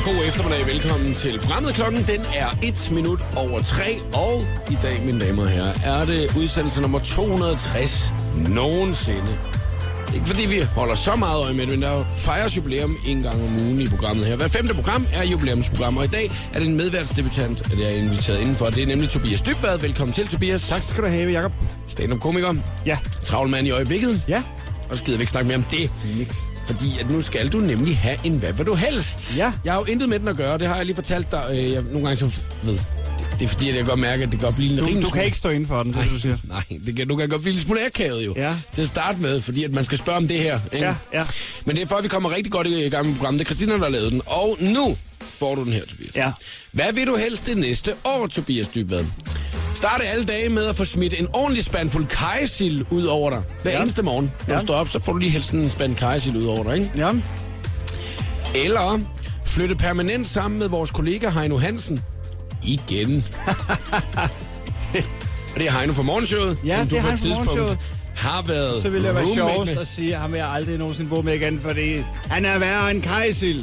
God eftermiddag. Velkommen til programmet. Klokken den er 1:03, og i dag, mine damer og herrer, er det udsendelse nummer 260 nogensinde. Ikke fordi vi holder så meget øje med det, men der fejres jubilæum en gang om ugen i programmet her. Hver 5. program er jubilæumsprogram, og i dag er det en medværtsdebutant, at jeg er inviteret indenfor. Det er nemlig Tobias Dybvad. Velkommen til, Tobias. Tak skal du have, Jacob. Stand-up-komiker. Ja. Travl mand i øjeblikket. Ja. Og så gider vi ikke snakke mere om det. Phoenix. Fordi at nu skal du nemlig have en hvad vil du helst. Ja. Jeg har jo intet med den at gøre, det har jeg lige fortalt dig. Nogle gange så ved. Det er fordi, at jeg godt mærker, at det godt blive en rimelig... Du kan ikke stå inden for den, det du siger. Nej, du kan godt blive lidt smule akavet jo. Ja. Til at starte med, fordi at man skal spørge om det her. Ikke? Ja. Men det er for, at vi kommer rigtig godt i gang med programmet. Det er Christina, der har lavet den. Og nu får du den her, Tobias. Ja. Hvad vil du helst det næste år, Tobias Dybvad? Starte alle dage med at få smidt en ordentlig spandfuld kajsild ud over dig. Hver eneste morgen, når du står op, så får du lige helst en spand kajsild ud over dig, ikke? Ja. Eller flytte permanent sammen med vores kollega Heino Hansen. Igen. Og det er Heino fra Morgenshowet, Ja, som du det er på et Heino fra tidspunkt Morgenshowet. har været Så vil jeg være roommate sjovest med. at sige, at ham vil jeg aldrig nogensinde bo med igen, fordi han er værre end Kajsild.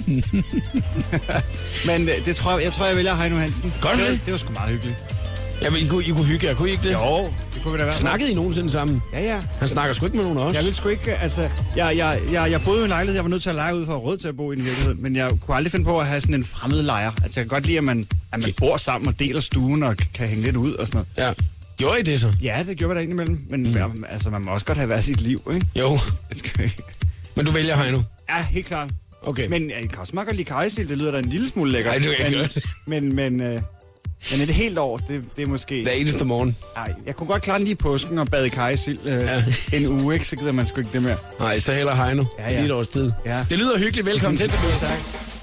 Men det tror jeg vælger Heino Hansen. Gør det? Det var sgu meget hyggeligt. Jamen, I kunne hygge jer, kunne I ikke det? Jo, det kunne vi da være. Snakkede I nogensinde sammen? Ja. Han snakker sgu ikke med nogen af os. Jeg vil sgu ikke, altså, jeg boede i en lejlighed, jeg var nødt til at lege ud for at have råd til at bo i en virkelighed, men jeg kunne aldrig finde på at have sådan en fremmed lejer. Altså, jeg kan godt lide, at man bor sammen og deler stuen og kan hænge lidt ud og sådan noget. Ja. Gjorde I det så? Ja, det gjorde vi da indimellem, men altså, man må også godt have været sit liv, ikke? Jo. Det skal ikke. Men du vælger Heino? Ja, helt klart. Okay. Men jeg kan også meget godt lide kajsild, det lyder da en lille smule lækkert. Nej, du kan ikke gøre det. Men et helt år, det er måske... Hver eneste morgen. Nej, jeg kunne godt klare den lige i påsken og bade i kajsild en uge, ikke? Så gider man sgu ikke det mere. Nej, så heller Heino. Ja. Lige et års tid. Ja. Det lyder hyggeligt. Velkommen til, Tobias. Tak.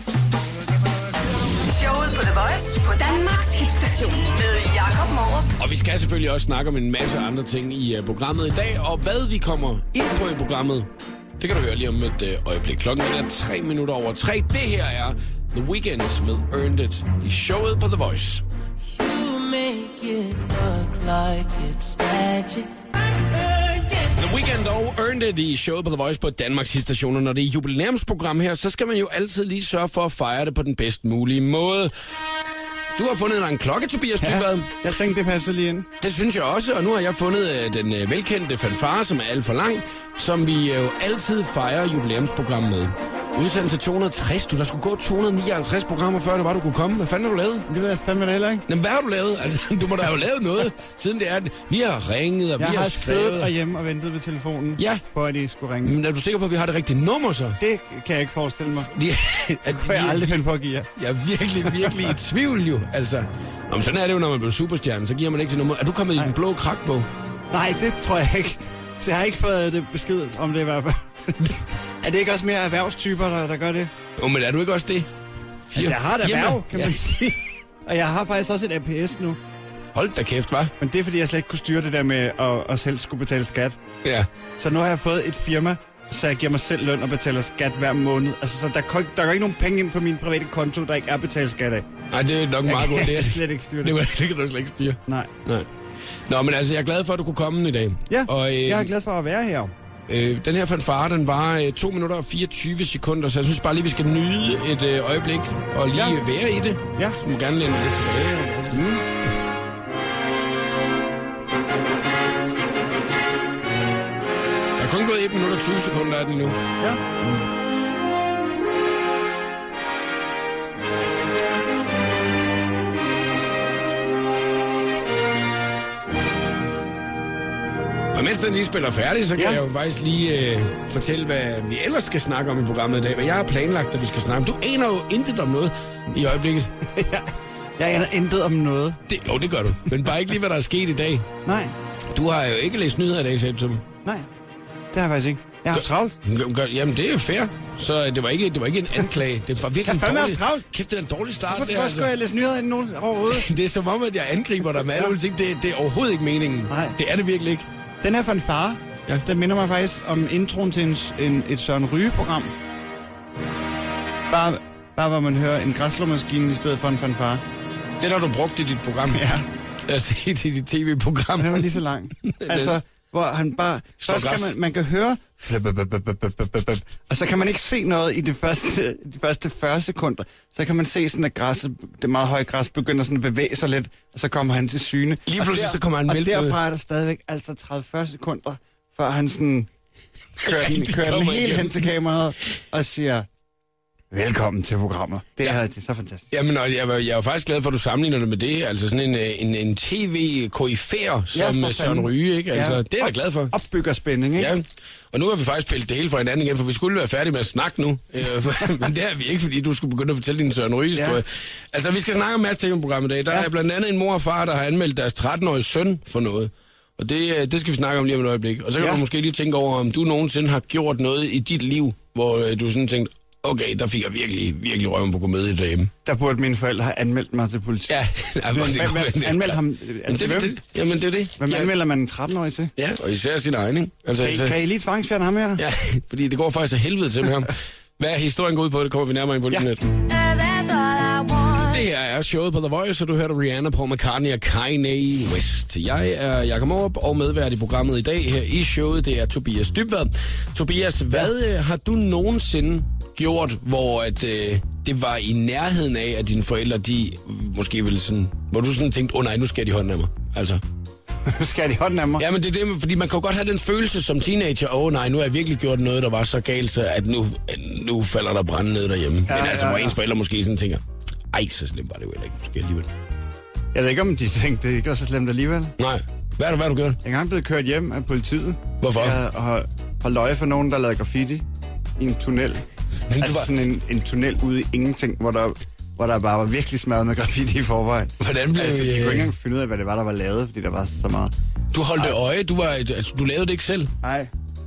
Showet på The Voice på Danmarks hitstation med Jacob Morup. Og vi skal selvfølgelig også snakke om en masse andre ting i programmet i dag. Og hvad vi kommer ind på i programmet, det kan du høre lige om et øjeblik. Klokken er 3:03. Det her er The Weeknd med Earned It i showet på The Voice. You make it look like it's magic. The Weeknd og Earned It i showet på The Voice på Danmarks hitstation. Og når det er jubilæumsprogram her, så skal man jo altid lige sørge for at fejre det på den bedst mulige måde. Du har fundet en klokke, Tobias Dybvad. Jeg tænkte, det passer lige ind. Det synes jeg også, og nu har jeg fundet den velkendte fanfare, som er alt for lang, som vi jo altid fejrer jubilæumsprogram med. Udsendelse 260. Der skulle gå 259 programmer, før det var, du kunne komme. Hvad fanden har du lavet? Det ved jeg fandme da heller ikke. Jamen, hvad har du lavet? Altså, du må da have lavet noget, siden det er... Vi har ringet, og vi Jeg har skrevet. siddet derhjemme og ventet ved telefonen, Ja. på at I skulle ringe. Men er du sikker på, at vi har det rigtige nummer, så? Det kan jeg ikke forestille mig. Fordi, at Kunne jeg aldrig finde på at give jer. Jeg er virkelig i tvivl jo, altså. Nå, men sådan er det jo, når man bliver superstjerne, så giver man ikke til nummer. Er du kommet i den blå krakbog? Nej, det tror jeg ikke. Så jeg har ikke fået det besked om det i hvert fald. Er det ikke også mere erhvervstyper, der gør det? Jo, men er du ikke også det? Altså, jeg har et erhverv, kan man sige. Og jeg har faktisk også et APS nu. Hold da kæft, hva'? Men det er, fordi jeg slet ikke kunne styre det der med at selv skulle betale skat. Ja. Så nu har jeg fået et firma, så jeg giver mig selv løn og betaler skat hver måned. Altså, så der går ikke nogen penge ind på min private konto, der ikke er betalt skat af. Nej, det er nok meget godt. Jeg kan slet ikke styre det. Det kan du slet ikke styre. Nej. Nå, men altså, jeg er glad for, at du kunne komme i dag. Ja, og, jeg er glad for at være her. Den her fanfare, den var 2 minutter og 24 sekunder, så jeg synes bare lige, vi skal nyde et øjeblik og lige være i det. Ja. Så må gerne læne lidt tilbage. Der er kun gået 1 minut og 20 sekunder af den nu. Ja. Og mens den lige spiller færdig, så kan jeg jo faktisk lige fortælle, hvad vi ellers skal snakke om i programmet i dag. Hvad jeg har planlagt, at vi skal snakke om. Du aner jo intet om noget i øjeblikket. Jeg aner intet om noget. Det gør du. Men bare ikke lige, hvad der er sket i dag. Nej. Du har jo ikke læst nyheder i dag, sagde du til mig. Nej, det har jeg faktisk ikke. Jeg har haft travlt. Jamen, det er jo fair. Så det var ikke en anklage. Det var virkelig en dårlig... Kæft, det er en dårlig start. Hvorfor skulle jeg læse nyheder inden overhovedet? Det er som om, at jeg angriber dig med alle ting. Det er overhovedet ikke meningen. Nej. Det er det virkelig ikke. Den her fanfare, den minder mig faktisk om introen til et Søren Ryge-program. Bare hvor man hører en græsslåmaskine i stedet for en fanfare. Den har du brugt i dit program. Ja. Jeg har set i dit tv-program. Den var lige så lang. Altså, hvor han bare... Først kan man kan høre... Og så kan man ikke se noget i de første 40 sekunder. Så kan man se sådan, at græsset, det meget høje græs begynder sådan at bevæge sig lidt, og så kommer han til syne. Lige pludselig så kommer han og væltet. Og derfra er der stadigvæk altså 30-40 sekunder, før han sådan kører den helt hen til kameraet og siger... Velkommen til programmet. Det er så fantastisk. Jamen, og jeg er faktisk glad for, at du sammenligner det med det. Altså sådan en tv-koryfærer som Søren Ryge, ikke? Altså, det er jeg glad for. Opbygger spænding, ikke? Ja, og nu har vi faktisk spillet det hele fra hinanden igen, for vi skulle være færdige med at snakke nu. Men det er vi ikke, fordi du skulle begynde at fortælle din Søren Ryge-historie. Ja. Altså, vi skal snakke om masse ting i programmet i dag. Der er blandt andet en mor og far, der har anmeldt deres 13-årige søn for noget. Og det skal vi snakke om lige om et øjeblik. Og så kan du måske lige tænke over, om du nogensinde har gjort noget i dit liv, hvor du sådan tænkte, okay, der fik jeg virkelig røven på komedie derhjemme. Der burde mine forældre have anmeldt mig til politiet. Ja, anmeldt ham til hvem? Jamen, det er det. Hvem anmelder man en 13-årig til? Ja, og især sin egen, ikke? Altså, kan I lige tvangsfjerne ham her? Ja, fordi det går faktisk af helvede til med ham. Hvad historien går ud på, det kommer vi nærmere ind på lige net. Det her er showet på The Voice, og du hørte Rihanna, Paul McCartney og Kanye West. Jeg er Jakob Morup, og medvært i programmet i dag her i showet, det er Tobias Dybvad. Tobias, hvad har du nogensinde gjort, hvor det var i nærheden af, at dine forældre, de måske ville sådan... Hvor du sådan tænkte, nej, nu skal de hånden af mig, altså... Nu skal de hånden af mig? Ja, men det er det, fordi man kan godt have den følelse som teenager, nej, nu har jeg virkelig gjort noget, der var så galt, så at nu falder der brænde ned derhjemme. Ja, men altså, hvor ens forældre måske sådan tænker, ej, så slemt var det jo heller ikke, måske alligevel. Jeg ved ikke, om de tænkte, det ikke var så slemt alligevel. Nej. Hvad har du gjort? Jeg er engang blevet kørt hjem af politiet. Hvorfor? Jeg har holdt øje for nogen, der lavede graffiti i en tunnel. Altså sådan en tunnel ude i ingenting, hvor der bare var virkelig smadret med graffiti i forvejen. Hvordan blev de kunne ikke engang finde ud af, hvad det var, der var lavet, fordi der var så meget. Du holdt øje? Du lavede det ikke selv? Nej.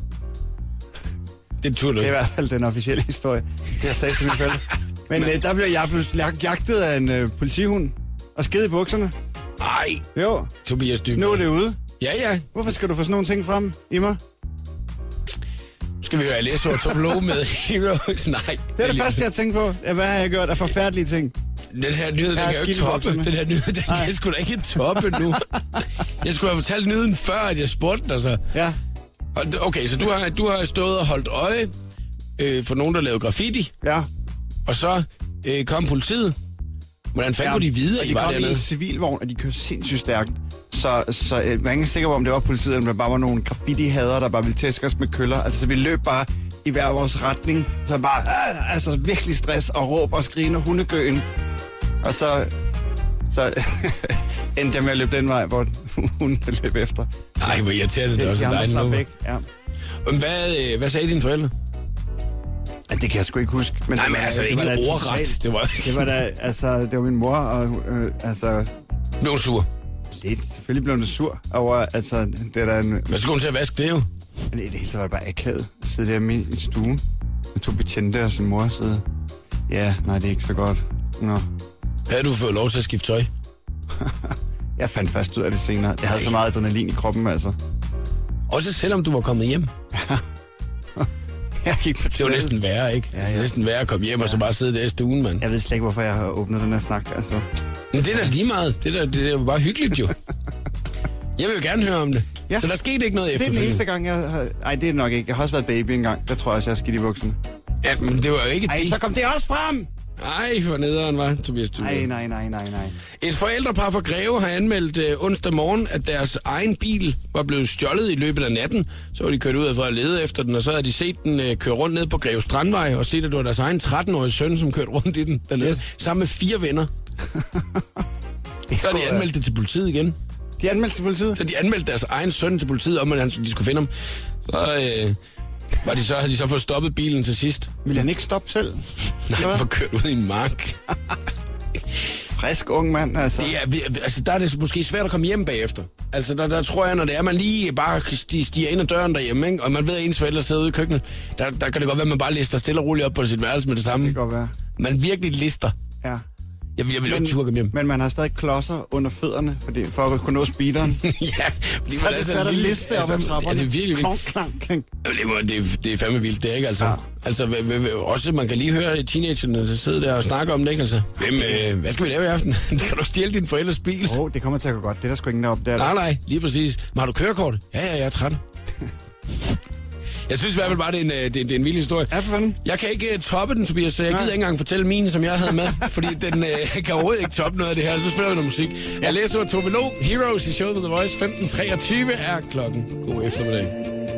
Det turde du. Det er i hvert fald den officielle historie, det jeg sagde til mine forældre. Men der blev jeg jagtet af en politihund og skede i bukserne. Nej. Jo. Tobias Dybvad. Nu er det ude. Ja. Hvorfor skal du få sådan nogle ting frem i mig? Skal vi høre Alessio og Tom Lowe med Heroes? Nej. Det er det første, jeg tænkte på. Hvad har jeg gjort af forfærdelige ting? Den her nyhed, den kan jo ikke toppe. Den her nyhed, den kan sgu da ikke toppe nu. Jeg skulle have fortalt nyheden før, at jeg spurgte dig så. Ja. Okay, så du har stået og holdt øje for nogen, der lavede graffiti. Ja. Og så kom politiet. Hvordan fanden kunne de vide, at I var dernede? De kom i en civilvogn, og de kørte sindssygt stærkt. Så man er ikke sikker på, om det var politiet, eller om det bare var nogle graffiti-hader, der bare ville tæske os med køller. Altså, så vi løb bare i hver vores retning. Så bare, altså virkelig stress og råb og skrine og hundegøen. Og så endte jeg med at løbe den vej, hvor hunden løb efter. Nej, hvor irriterende det også dig nu. Ja. Hvad sagde dine forældre? Ja, det kan jeg sgu ikke huske. Men nej, men altså ikke ordret. Det var da, altså, det var min mor, og altså... Blev hun sur? Lidt. Selvfølgelig blev hun sur over, altså, det er der en... Hvad skulle hun til at vaske det jo? Men det hele så var det bare akavet. Sidde der i stuen. Jeg tog betjente og sin mor sidde. Ja, nej, det er ikke så godt. Nå. Havde du fået lov til at skifte tøj? Jeg fandt først ud af det senere. Jeg havde så meget adrenalin i kroppen, altså. Også selvom du var kommet hjem? Jeg gik på det var næsten værre, ikke? Ja. Altså, næsten værre at komme hjem og så bare sidde der i stuen, mand. Jeg ved slet ikke, hvorfor jeg har åbnet den her snak, altså. Men det er da lige meget. Det er jo bare hyggeligt, jo. Jeg vil jo gerne høre om det. Ja. Så der skete ikke noget efterfølgende? Det er den eneste gang, jeg har... Ej, det er det nok ikke. Jeg har også været baby engang. Der tror jeg også, jeg har skidt i bukserne. Ja, men det var jo ikke det. Så kom det også frem! Ej, hvor nederen var Tobias Dybvad. Nej. Et forældrepar fra Greve har anmeldt onsdag morgen, at deres egen bil var blevet stjålet i løbet af natten. Så var de kørt ud for at lede efter den, og så havde de set den køre rundt ned på Greve Strandvej, og set, at det var deres egen 13-årige søn, som kørte rundt i den dernede, sammen med 4 venner. Så har de anmeldt det til politiet igen. De anmeldte til politiet? Så de anmeldte deres egen søn til politiet, om at de skulle finde ham. Så havde de så fået stoppet bilen til sidst. Ville han ikke stoppe selv? Nej, han var kørt ud i en mark. Frisk ung mand, altså. Der er det måske svært at komme hjem bagefter. Altså, der tror jeg, når det er, man lige bare stiger ind ad døren derhjemme, ikke? Og man ved, at ens forældre sidder ude i køkkenet, der kan det godt være, at man bare lister stille og roligt op på sit værelse med det samme. Det kan godt være. Man virkelig lister. Ja. Jeg vil jo turde hjem. Men man har stadig klodser under fødderne, for at kunne nå speederen. Ja, fordi så er det svært at liste op ad trapperne. Det er virkelig vildt. Klang. Det er fandme vildt, det er ikke altså. Ja. Altså, også man kan lige høre teenagerne, der sidder der og snakker om det, ikke altså. Hvad skal vi lave i aften? Kan du stjæle din forældres bil? Det kommer til at gå godt. Det er der sgu ingen deroppe der. Nej, lige præcis. Men har du kørekort? Ja, jeg er 13. Jeg synes i hvert fald bare, det er en vild historie. Ja, for fanden. Jeg kan ikke toppe den, Tobias, så jeg gider ikke engang fortælle min, som jeg havde med. Fordi den kan overhovedet ikke toppe noget af det her. Så nu spiller vi noget musik. Jeg læser over Tove Lo, Heroes i showet The Voice. 15:23 er klokken. God eftermiddag.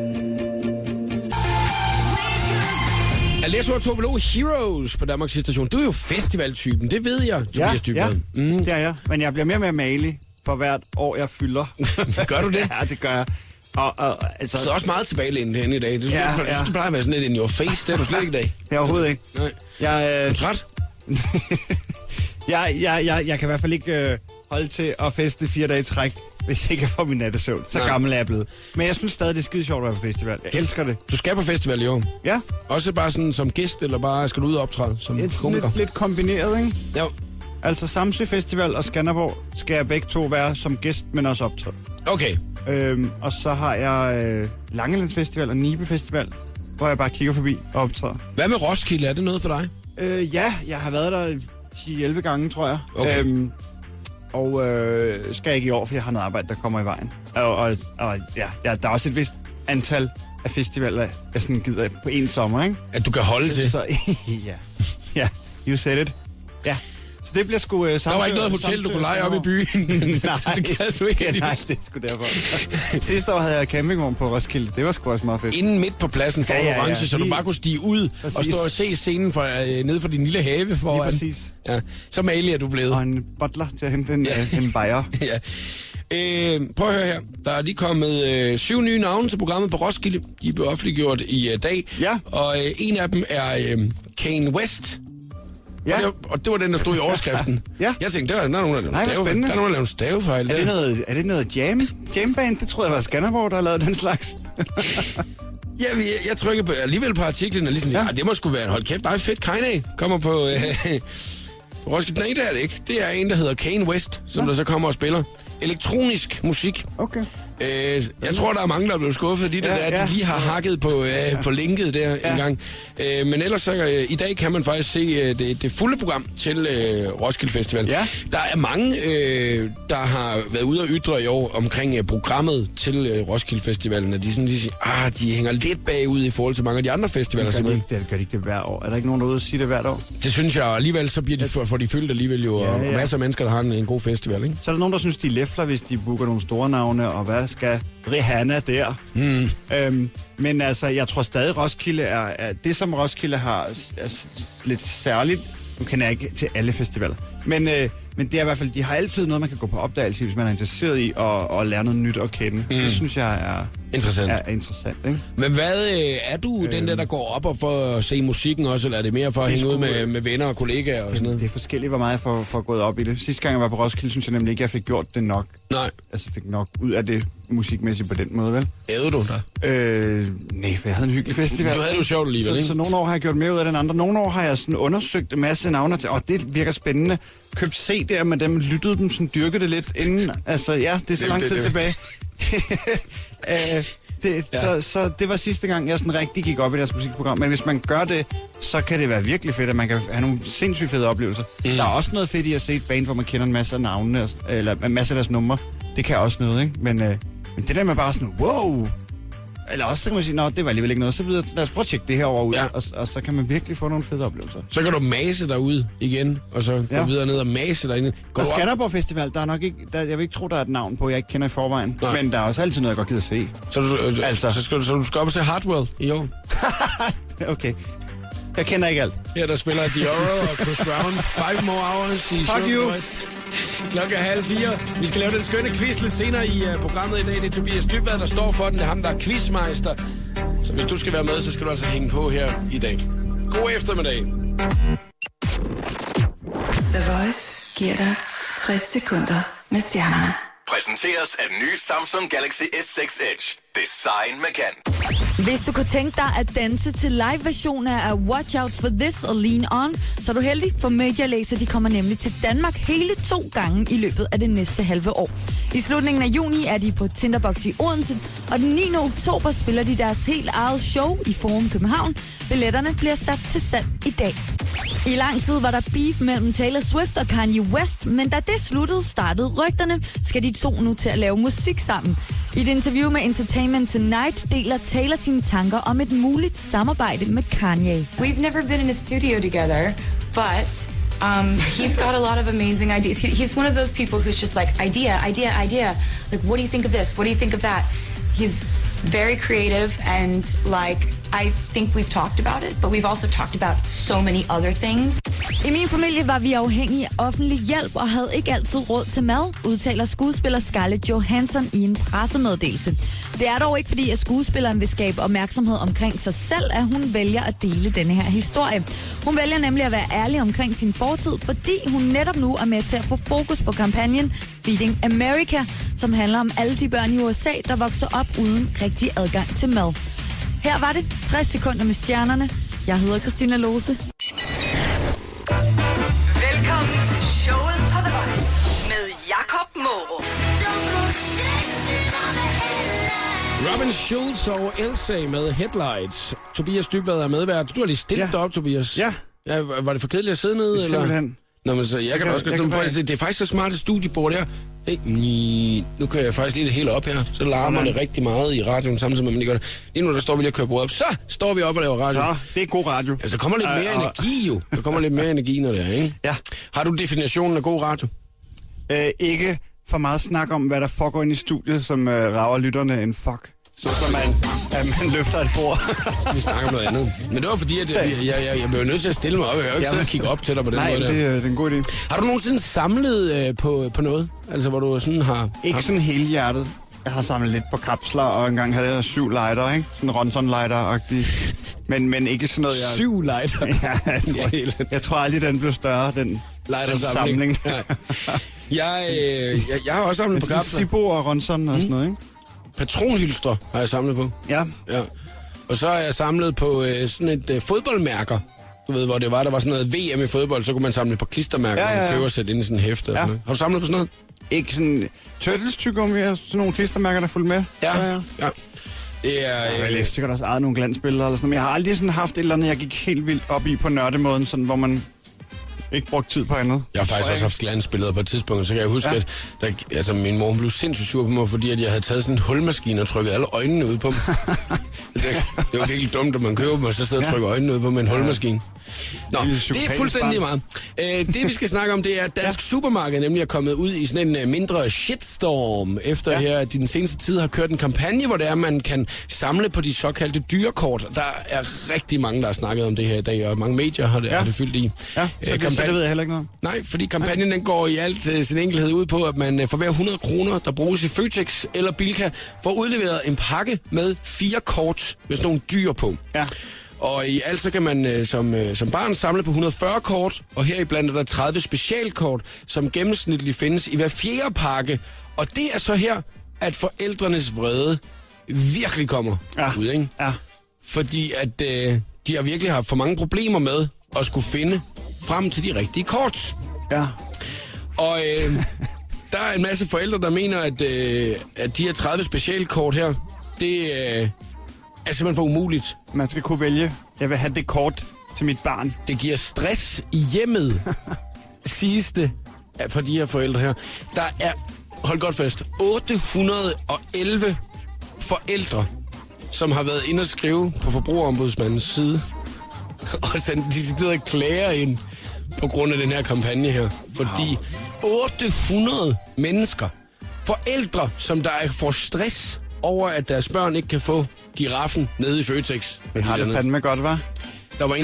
Jeg læser over Tove Lo, Heroes på Danmarks station. Du er jo festivaltypen, det ved jeg, Tobias Dybvad. Ja, det er jeg. Men jeg bliver mere og mere malig for hvert år, jeg fylder. Gør du det? Ja, det gør jeg. Altså, så er også meget tilbagelænet henne i dag. Det plejer at være sådan lidt in your face. Det er du slet ikke i dag. Det er overhovedet ikke. Nej. Er du træt? jeg kan i hvert fald ikke holde til at feste 4 dage i træk, hvis jeg ikke får min nattesøvn. Så gammel er jeg blevet. Men jeg synes stadig, det er skide sjovt at være på festival. Jeg elsker det. Du skal på festival i år? Ja. Også bare sådan som gæst, eller bare skal du ud og optræde som komiker? Lidt kombineret, ikke? Jo. Altså Samsø Festival og Skanderborg skal jeg begge to være som gæst, men også optræde. Okay. Og så har jeg Langelands Festival og Nibe Festival, hvor jeg bare kigger forbi og optræder. Hvad med Roskilde? Er det noget for dig? Ja, jeg har været der 10-11 gange, tror jeg. Okay. Skal jeg ikke i år, for jeg har noget arbejde, der kommer i vejen. Og der er også et vist antal af festivaler, jeg sådan gider på en sommer, ikke? At du kan holde til? Så, ja, you said it. Ja. Så det bliver sgu der var ikke noget hotel, du kunne lege op i byen. Nej, så gad du ikke. Nej, det er sgu derfor. Sidste år havde jeg campingvogn på Roskilde. Det var sgu også meget fedt. Inden midt på pladsen for orange, så du bare kunne stige ud og stå og se scenen ned for din lille have foran. Lige præcis. Ja, så malig er du blevet. Og en butler til at hente en bajer. Ja. Prøv at høre her. Der er lige kommet 7 nye navne til programmet på Roskilde. De blev offentliggjort i dag. Ja. Og en af dem er Kanye West. Ja. Og det var den, der stod i overskriften. Ja. Jeg tænkte, der er nogen, der har lavet en stavefejl. Er det noget jamband? Det troede jeg var Skanderborg, der har lavet den slags. Jeg trykker alligevel på artiklen og ligesom siger, det må sgu være, hold kæft, nej fedt, Kanye kommer på Roskilde. Nej, det er det ikke. Det er en, der hedder Kanye West, som der så kommer og spiller elektronisk musik. Okay. Jeg tror, der er mange, der er blevet skuffet, fordi de lige har hakket på linket der en gang. Men ellers så i dag kan man faktisk se det fulde program til Roskilde Festival. Ja. Der er mange, der har været ude og ytre i år omkring programmet til Roskilde Festivalen, og de siger, de hænger lidt bagud i forhold til mange af de andre festivaler. Gør de ikke det hver år? Er der ikke nogen, der er ude og sige det hvert år? Det synes jeg, alligevel så bliver de for de fyldt alligevel jo, og masser af mennesker, der har en god festival, ikke? Så er der nogen, der synes, de læfler, hvis de booker nogle store navne, og hvad skal Rihanna der? Men altså, jeg tror stadig, Roskilde er det, som Roskilde har er lidt særligt. Nu kender jeg ikke til alle festivaler. Men det er i hvert fald, de har altid noget, man kan gå på opdagelse, hvis man er interesseret i at lære noget nyt at kende. Det synes jeg er interessant, ikke? Men hvad er du den der går op og for at se musikken også, eller er det mere for at hænge ud med venner og kollegaer og sådan noget? Det er forskelligt, hvor meget jeg får gået op i det. Sidste gang jeg var på Roskilde, synes jeg nemlig ikke, jeg fik gjort det nok. Nej. Altså fik nok ud af det musikmæssigt på den måde, vel? Ævede du der? Nej, for jeg havde en hyggelig festival. Du havde det jo sjovt alligevel, ikke? Så nogle år har jeg gjort mere ud af den andre. Nogle år har jeg sådan undersøgt en masse navne til, det virker spændende. Købt CD'er med dem, lyttede dem, sådan dyrkede det lidt inden. Altså, ja, det er så lang tid tilbage. Så det var sidste gang, jeg sådan rigtig gik op i deres musikprogram. Men hvis man gør det, så kan det være virkelig fedt, at man kan have nogle sindssygt fede oplevelser. Der er også noget fedt i at se et band, hvor man kender en masse af navnene, eller en masse af deres numre. Det kan også noget, ikke? Men det der med bare sådan, wow! Eller også så kan man sige, det var alligevel ikke noget. Så videre, lad os prøve at tjekke det her over ud, og så kan man virkelig få nogle fede oplevelser. Så kan du mase derud igen, og så gå videre ned og mase derinde. Og Skanderborg Festival, der er nok ikke, jeg vil ikke tro, der er et navn på, jeg ikke kender i forvejen. Nej. Men der er også altid noget, jeg godt gider se. Så du skal op og se Hardwell i år? Okay. Jeg kender ikke alt. Her der spiller Dior og Chris Brown. 5 more hours i Showboys. Klokken 3:30. Vi skal lave den skønne quiz lidt senere i programmet i dag. Det er Tobias Dybvad, der står for den. Det er ham, der er quizmeister. Så hvis du skal være med, så skal du altså hænge på her i dag. God eftermiddag. The Voice giver dig 60 sekunder med stjernerne. Præsenteres af den nye Samsung Galaxy S6 Edge. Design med Kan. Hvis du kunne tænke dig at danse til live-versioner af Watch Out for This og Lean On, så er du heldig, for Major Lazer de kommer nemlig til Danmark hele 2 gange i løbet af det næste halve år. I slutningen af juni er de på Tinderbox i Odense, og den 9. oktober spiller de deres helt eget show i Forum København. Billetterne bliver sat til salg i dag. I lang tid var der beef mellem Taylor Swift og Kanye West, men da det sluttede, startede rygterne, skal de to nu til at lave musik sammen. I et interview med Entertainment Tonight deler Taylor sine tanker om et muligt samarbejde med Kanye. We've never been in a studio together, but he's got a lot of amazing ideas. He's one of those people who's just like, idea. Like, what do you think of this? What do you think of that? He's very creative, and like, I think we've talked about it, but we've also talked about so many other things. I min familie var vi afhængige af offentlig hjælp og havde ikke altid råd til mad, udtaler skuespiller Scarlett Johansson i en pressemeddelelse. Det er dog ikke fordi, at skuespilleren vil skabe opmærksomhed omkring sig selv, at hun vælger at dele denne her historie. Hun vælger nemlig at være ærlig omkring sin fortid, fordi hun netop nu er med til at få fokus på kampagnen Feeding America, som handler om alle de børn i USA, der vokser op uden rigtig adgang til mad. Her var det 60 sekunder med stjernerne. Jeg hedder Christina Lose. Velkommen til showet på The Voice med Jakob Morup. Robin Schulz og Elsa med Headlights. Tobias Dybvad er medvært. Du har lige stillet dig op, Tobias. Ja. Var det for kedeligt at sidde nede? Simpelthen. Eller? Nå, men så jeg kan også godt på. Det er faktisk så smart et studiebord der. Hey, nu kører jeg faktisk lige det hele op her. Så larmer det rigtig meget i radioen, samtidig med, man ikke gør det. Lige nu, der står vi lige og kører bordet op. Så står vi op og laver radio. Så, det er god radio. Ja, så kommer lidt mere energi jo. Der kommer lidt mere energi, når det er, ikke? Ja. Har du definitionen af god radio? Ikke for meget snak om, hvad der foregår inde i studiet, som rager lytterne en fuck. Så man løfter et bord. Skal vi snakke om noget andet? Men det var fordi, at jeg blev nødt til at stille mig op. Jeg har jo ikke siddet og kigge op til dig på den måde. Nej, det er en god idé. Har du nogensinde samlet på noget? Altså, hvor du sådan har... Ikke sådan hele hjertet. Jeg har samlet lidt på kapsler, og engang havde jeg 7 lighter, ikke? Sådan Ronson-lighter-agtig. Men ikke sådan noget, 7 lighter? Ja, jeg tror aldrig, den blev større, den samling. Ja. Jeg har også samlet på kapsler. Sibo og Ronson og sådan noget, ikke? Patronhylstre har jeg samlet på. Ja. Og så har jeg samlet på sådan et fodboldmærker. Du ved, hvor det var, der var sådan noget VM i fodbold, så kunne man samle på klistermærker, og man køber og sætte ind i sådan en hæfte. Ja. Har du samlet på sådan noget? Ikke sådan Turtles-tyggegummi og sådan nogle klistermærker, der fulgte med. Ja. Det er... Jeg har sikkert også ejet nogle glansbilleder eller sådan noget, men jeg har aldrig sådan haft et eller andet, jeg gik helt vildt op i på nørdemåden, sådan, hvor man ikke brugt tid på andet. Jeg har faktisk også haft glansbilleder på et tidspunkt, så kan jeg huske, at min mor blev sindssygt sur på mig, fordi at jeg havde taget sådan en hulmaskine og trykket alle øjnene ud på dem. Det var virkelig dumt, at man køber dem, og så sidder og trykker øjnene ud på med en hulmaskine. Nå, det er fuldstændig meget. Det vi skal snakke om, det er, at Dansk Supermarked nemlig er kommet ud i sådan en mindre shitstorm, efter her, at de den seneste tid har kørt en kampagne, hvor det er, man kan samle på de såkaldte dyrekort. Der er rigtig mange, der har snakket om det her i dag, og mange medier har det fyldt i. Ja, så det ved jeg heller ikke noget. Nej, fordi kampagnen den går i alt sin enkelhed ud på, at man for hver 100 kroner, der bruges i Føtex eller Bilka, får udleveret en pakke med 4 kort med sådan nogle dyr på. Ja. Og i alt så kan man som barn samle på 140 kort, og heriblandt er der 30 specialkort, som gennemsnitligt findes i hver 4. pakke. Og det er så her, at forældrenes vrede virkelig kommer ud, ikke? Ja. Fordi at de har virkelig haft for mange problemer med at skulle finde frem til de rigtige kort. Ja. Og der er en masse forældre, der mener, at de her 30 specialkort her, det er simpelthen for umuligt. Man skal kunne vælge, jeg vil have det kort til mit barn. Det giver stress i hjemmet, siges det fra de her forældre her. Der er, hold godt fast, 811 forældre, som har været inde og skrive på Forbrugerombudsmandens side, og sendt deciderede klager ind på grund af den her kampagne her. Fordi 800 mennesker, forældre, som der får stress over, at deres børn ikke kan få giraffen nede i Føtex. Det har det fandme godt, hva'? Der var en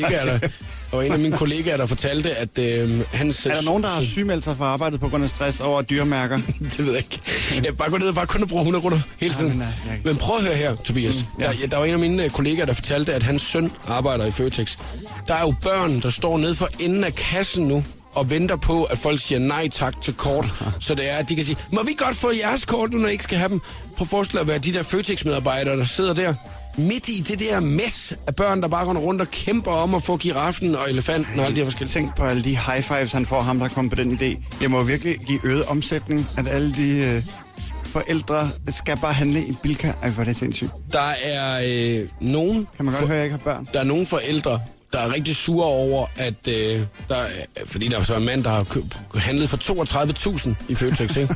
af mine kollegaer, der fortalte, at hans... Er der nogen, der har sygemeldt sig fra arbejdet på grund af stress over dyremærker? Det ved jeg ikke. Jeg bare gå ned og bare kun at bruge 100 kroner hele tiden. Men prøv at høre her, Tobias. Der var en af mine kollegaer, der fortalte, at hans søn arbejder i Føtex. Der er jo børn, der står nede for enden af kassen nu og venter på, at folk siger nej tak til kort. Så det er, at de kan sige, må vi godt få jeres kort, nu når I ikke skal have dem? Prøv at forestille at være de der Føtex-medarbejdere, der sidder der midt i det der mess af børn, der bare går rundt og kæmper om at få giraffen og elefanten og alle de her forskellige. Tænk på alle de high fives, han får, ham der kom på den idé. Det må virkelig give øget omsætning, at alle de forældre skal bare handle i Bilka. Ej, hvor er det sindssygt. Der er nogen... Kan man godt høre, at jeg ikke har børn? Der er nogle forældre, der er rigtig sure over, at fordi der er så en mand, der har handlet for 32.000 i Føtex, ikke?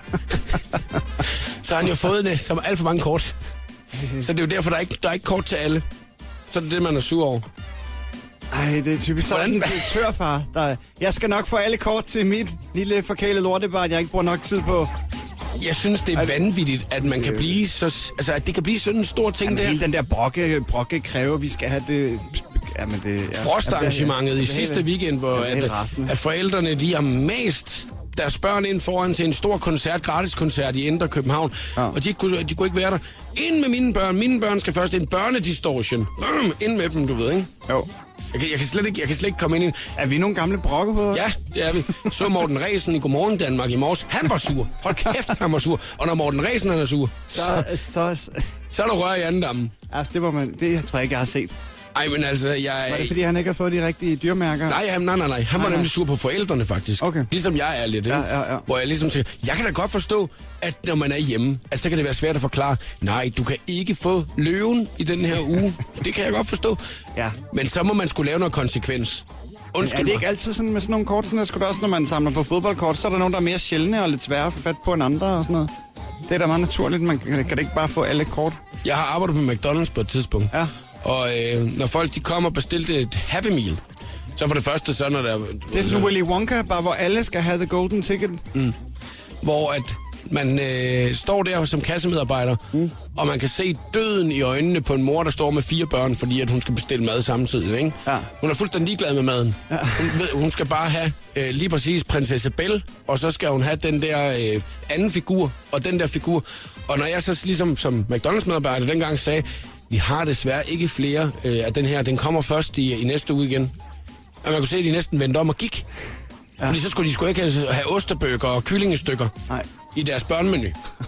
Så har han jo fået det som alt for mange kort. Så det er jo derfor, der er ikke kort til alle. Så er det, man er sur over. Ej, det er typisk sådan en direktørfar. Jeg skal nok få alle kort til mit lille forkælede lortebarn, jeg ikke bruger nok tid på. Jeg synes, det er vanvittigt, at man kan blive så... Altså, at det kan blive sådan en stor ting der. Hele den der brokke kræver, vi skal have det... Jamen, det Frostarrangementet i sidste weekend, hvor at forældrene, de har mast deres børn ind foran til en stor koncert, gratis koncert i Indre København. Ja. Og de kunne ikke være der. Ind med mine børn. Mine børn skal først en børnedistortion. Ind med dem, du ved, ikke? Jo. Jeg kan slet ikke komme ind i... Er vi nogle gamle brokkehoveder? Ja, det er vi. Så Morten Ræsen i Godmorgen Danmark i morges. Han var sur. Hold kæft, han var sur. Og når Morten Ræsen er sur, så er der rør i andendammen. Altså, det tror jeg ikke, jeg har set. Ej, men altså, Var det, fordi han ikke har fået de rigtige dyrmærker? Nej. Han var nemlig sur på forældrene, faktisk. Okay. Ligesom jeg er lidt, ikke? Ja. Hvor jeg ligesom siger, jeg kan da godt forstå, at når man er hjemme, at så kan det være svært at forklare, nej, du kan ikke få løven i den her uge. Det kan jeg godt forstå. Ja. Men så må man skulle lave noget konsekvens. Undskyld er det ikke altid sådan med sådan nogle kort? Sådan er sgu da også, når man samler på fodboldkort, så er der nogen, der er mere sjældne og lidt svære at få fat på end andre og sådan noget. Det er da meget naturligt. Man kan det ikke bare få alle kort? Jeg har arbejdet på McDonald's på et tidspunkt. Ja. Og når folk de kommer og bestiller et Happy Meal, så for det første så når der... Det er sådan Willy Wonka, bare hvor alle skal have the golden ticket. Hvor at man står der som kassemedarbejder, og man kan se døden i øjnene på en mor, der står med 4 børn, fordi at hun skal bestille mad samtidig, ikke? Ja. Hun er fuldstændig ligeglad med maden. Ja. Hun skal bare have lige præcis prinsesse Belle, og så skal hun have den der anden figur, og den der figur. Og når jeg så ligesom som McDonald's-medarbejder dengang sagde, vi har desværre ikke flere af den her, den kommer først i næste uge igen. Og man kunne se, at de næsten vendte om og gik. Ja. Fordi så skulle de sgu ikke have ostebøger og kyllingestykker i deres børnemenu.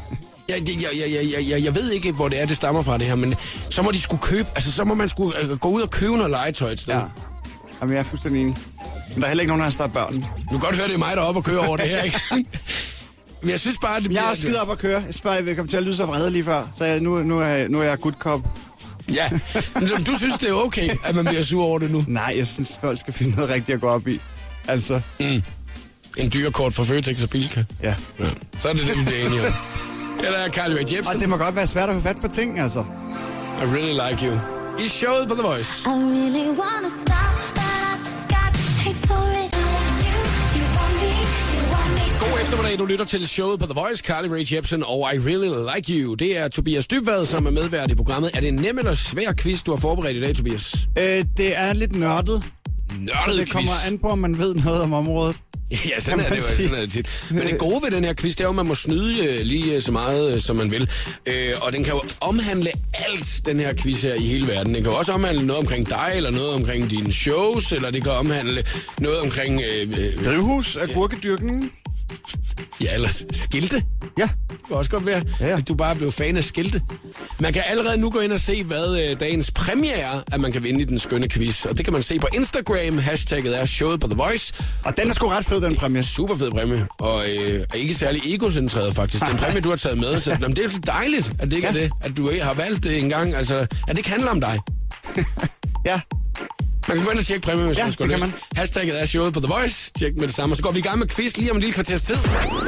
Jeg ved ikke, hvor det er, det stammer fra det her, men så må de skulle købe, altså så må man skulle gå ud og købe noget legetøj et sted. Ja. Jamen, jeg er fuldstændig enig. Men der er heller ikke nogen af os, der er børn. Du kan godt høre, det er mig, der er oppe og kører over det her, ikke? Men jeg synes bare, det bliver... Jeg er skidt op at køre. Jeg spørger, jeg kom til at lyde så vrede lige før, så nu er jeg good cop. Ja, men du synes, det er okay, at man bliver sur over det nu? Nej, jeg synes, folk skal finde noget rigtigt at gå op i. Altså... En dyrekort fra Føtex og Bilka. Ja. Så er det det, vi er enige om. Eller er Carly Rae Jepsen. Og det må godt være svært at få fat på ting, altså. I really like you. I showet på The Voice. I really wanna stop, but I just got the taste for it. You want me. God eftermiddag, du lytter til showet på The Voice. Carly Rae Jepsen og I Really Like You. Det er Tobias Dybvad, som er medvært i programmet. Er det en nem eller svær quiz, du har forberedt i dag, Tobias? Det er lidt nørdet. Nørdet det kommer an på, om man ved noget om området. Ja, sådan er det tit. Men det gode ved den her quiz, det er jo, at man må snyde lige så meget, som man vil. Og den kan jo omhandle alt, den her quiz her i hele verden. Den kan jo også omhandle noget omkring dig, eller noget omkring dine shows, eller det kan omhandle noget omkring... drivhus, agurkedyrkning. Ja, eller skilte. Ja. Det kan også godt være, at du bare er blevet fan af skilte. Man kan allerede nu gå ind og se, hvad dagens præmie er, at man kan vinde i den skønne quiz. Og det kan man se på Instagram. Hashtagget er showet på The Voice. Og den er sgu ret fed, den præmie. Super fed præmie. Og er ikke særlig egocentreret, faktisk. Den præmie, du har taget med. Så det er jo dejligt, at det ikke er det. At du har valgt det engang. Altså, at det ikke handler om dig. Ja. Man kan gå ind og tjekke præmien, hvis man skulle lyst. Hashtagget er showet på The Voice. Tjek med det samme. Så går vi i gang med quiz lige om en lille kvarters tid.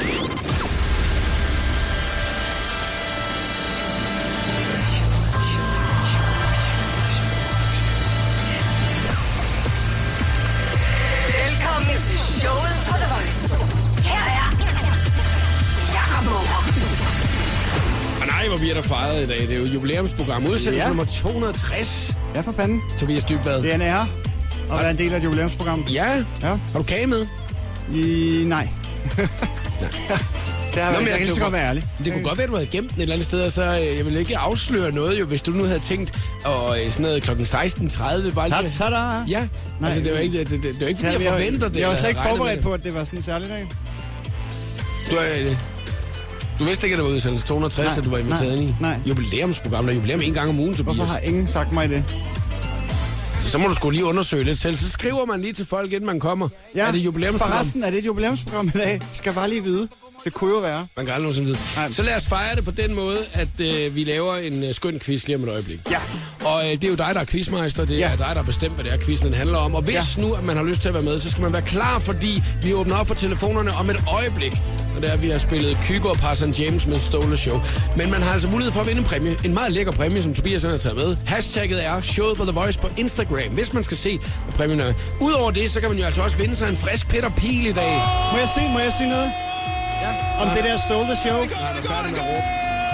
Velkommen til showet på The Voice. Her er Jakob Morup. Og nej, hvor bliver der fejret i dag. Det er jo jubilæumsprogram. Udsendelse nummer 260. Ja, for fanden. Tobias Dybvad. Det er en ære at være en del af et jubilæumsprogram. Ja. Ja. Har du kage med? Nej. Jeg kan lige så godt være ærlig. Det kunne godt være, at du havde gemt den et eller andet sted, og så jeg ville ikke afsløre noget, jo, hvis du nu havde tænkt, og sådan noget kl. 16.30 bare lige... Tada! Ja, nej, altså det var ikke, det var ikke fordi, jeg forventer det. Jeg var slet ikke forberedt på, at det var sådan en særlig dag. Du vidste ikke, at det var udsendelse 260, at du var inviteret ind i? Nej. Jubilæumsprogram, der er jubilæum en gang om ugen, Tobias. Hvorfor har ingen sagt mig det? Så må du sgu lige undersøge lidt selv. Så skriver man lige til folk, inden man kommer. Ja, er det jubilæumsprogram? Forresten, er det et jubilæumsprogram i dag? Skal jeg bare lige vide. Det kunne jo være. Man kan aldrig nogensinde vide. Nej. Så lad os fejre det på den måde, at vi laver en skøn quiz lige om et øjeblik. Ja. Og det er jo dig, der er quizmeister. Det er dig, der har bestemt, hvad det er, quizzen handler om. Og hvis nu, at man har lyst til at være med, så skal man være klar, fordi vi åbner op for telefonerne om et øjeblik. Og det er, vi har spillet Kygo og Parson James med Stole the Show. Men man har altså mulighed for at vinde en præmie. En meget lækker præmie, som Tobias har taget med. Hashtagget er showet på The Voice på Instagram, hvis man skal se, hvad præmien er. Udover det, så kan man jo altså også vinde sig en frisk Peter Pil i dag. Må jeg sige noget? Ja. Om det der Stole the Show? Nej, der er færdig med at råbe.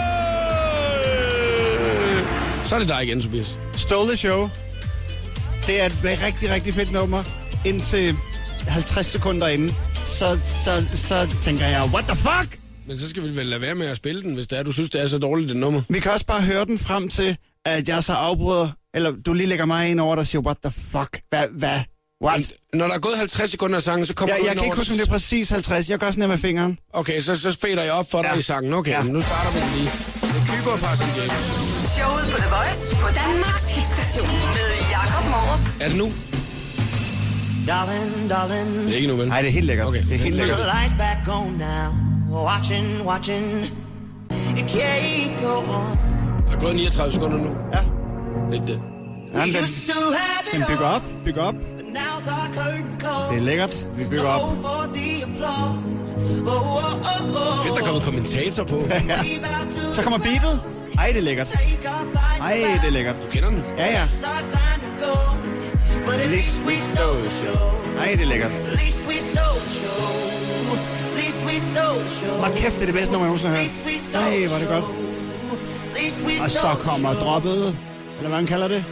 Så er det dig igen, Tobias. Stole the Show. Det er et rigtig, rigtig fedt nummer. Indtil 50 sekunder inden. Så tænker jeg, what the fuck? Men så skal vi vel lade være med at spille den, hvis det er, du synes, det er så dårligt, det nummer. Vi kan også bare høre den frem til, at jeg så afbryder, eller du lige lægger mig ind over, der siger, what the fuck? Hvad? What? Når der er gået 50 sekunder af sangen, så kommer du Jeg ind kan ikke huske, om det er præcis 50. Jeg gør sådan her med fingeren. Okay, så fader jeg op for dig i sangen. Okay, nu starter vi lige. Kygo og Parson James. Showet på The Voice på Danmarks hitstation med Jakob Morup. Er det nu? Darling, darling. Det er ikke nu, vel? Nej, det er helt lækkert. Okay. Det er helt Turn lækkert. the lights back on now. Watching. It can't go on. Der er gået 39 sekunder nu. Ja. Ikke det. Jamen, den Used to have den it bygger all, op. but now's our curtain call. Det er lækkert. Vi bygger So op. hold for the applause. Oh. Fedt, der er kommet kommentator på. Ja. We about to Så kommer beatet. Ej, det er lækkert. take our flight Ej, det er lækkert. Du kender den? Ja. It's our time to go. But at least we stole the show. Ej, det er lækkert. At least we stole the show. At least we stole the show. Hvor kæft, det er det bedste nummer, jeg nogensinde har hørt. Ej, hvor er det godt. Og så kommer droppet. Eller hvad man kalder det.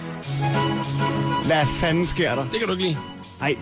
Hvad fanden sker der? Det kan du ikke lide. Ej.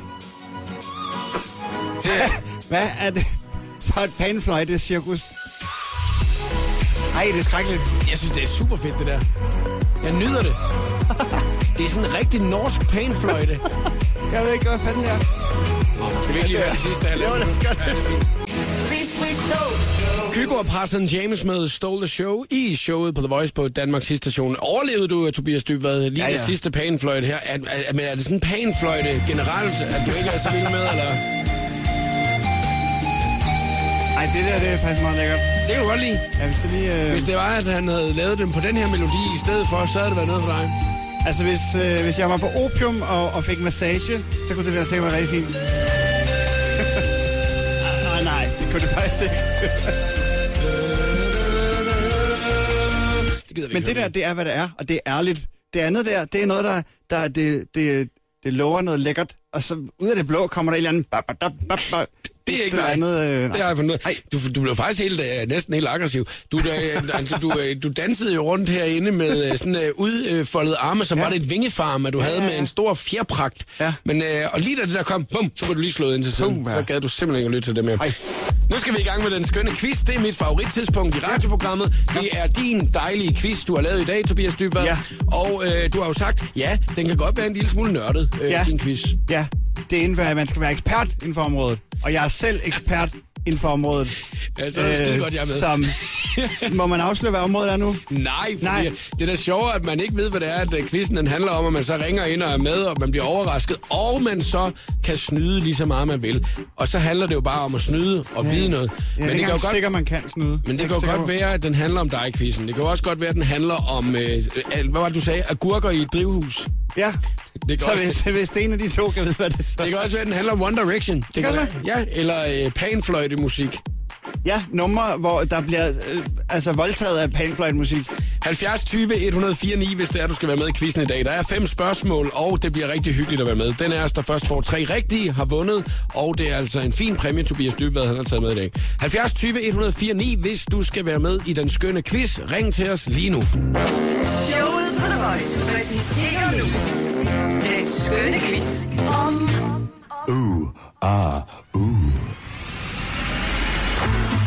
Det er, Hvad er det for et panfløjte-cirkus? Ej, det er skrækkeligt. jeg synes, det er super fedt, det der. Jeg nyder det. Det er sådan en rigtig norsk panfløjte. Jeg ved ikke, hvad fanden det er. Skal vi ikke lige høre det sidste? Jo, lad os gøre det. At least we stole the show. Kygo og Parson James med Stole the Show i showet på The Voice på Danmarks hitstation. Overlevede du, Tobias Dybvad, lige det sidste panfløjte her? Er det sådan en panfløjte generelt, at du ikke er så vild med, eller? Ej, det der, det er faktisk meget lækkert. Det kan du godt lide. Ja, Hvis det var, at han havde lavet den på den her melodi i stedet for, så havde det været noget for dig. Altså, hvis jeg var på opium og fik massage, så kunne det der sikkert være rigtig fint. Nej, det kunne det faktisk ikke. Det gider vi Men ikke det der, høre det er, hvad det er, og det er ærligt. Det andet der, det er noget, det lover noget lækkert, og så ud af det blå kommer der et eller andet... Det er ikke det dig. andet, Det har jeg fundet ud af. Du blev faktisk næsten helt aggressiv. Du dansede jo rundt herinde med sådan udfoldede arme, som var det et vingefarm, at du havde med en stor fjerpragt. Ja. Men, og lige da det der kom, bum, så var du lige slået ind til siden. Så gad du simpelthen ikke at lytte til det mere. Nu skal vi i gang med den skønne quiz. Det er mit favorittidspunkt i radioprogrammet. Det er din dejlige quiz, du har lavet i dag, Tobias Dybvad. Ja. Og du har jo sagt, ja, den kan godt være en lille smule nørdet, din quiz. Ja, det indebærer, at man skal være ekspert inden for området. Og jeg er selv ekspert inden for området. Ja, så er det skide godt, jeg er med. Må man afsløre, hvad området er nu? Nej. Det er da sjovere, at man ikke ved, hvad det er, at quizzen den handler om, og man så ringer ind og er med, og man bliver overrasket, og man så kan snyde lige så meget, man vil. Og så handler det jo bare om at snyde og vide noget. Men det kan jo sikkert, man kan snyde. Men det kan jo godt være, at den handler om dig, quizzen. Det kan jo også godt være, at den handler om, hvad var det, du sagde? Agurker i et drivhus. Ja, det så også, hvis det en af de to kan vide, hvad det er. Det kan også være, at den handler om One Direction. Det kan være. Ja, eller panfløjtemusik. Ja, numre, hvor der bliver voldtaget af panfløjtemusik. 70 20 104 9, hvis det er, du skal være med i quizzen i dag. Der er 5 spørgsmål, og det bliver rigtig hyggeligt at være med. Den er os, der først får 3 rigtige, har vundet, og det er altså en fin præmie, Tobias Dybvad, han har taget med i dag. 70 20 104 9, hvis du skal være med i den skønne quiz. Ring til os lige nu. Showet på The Voice præsenterer nu den skønne quiz om...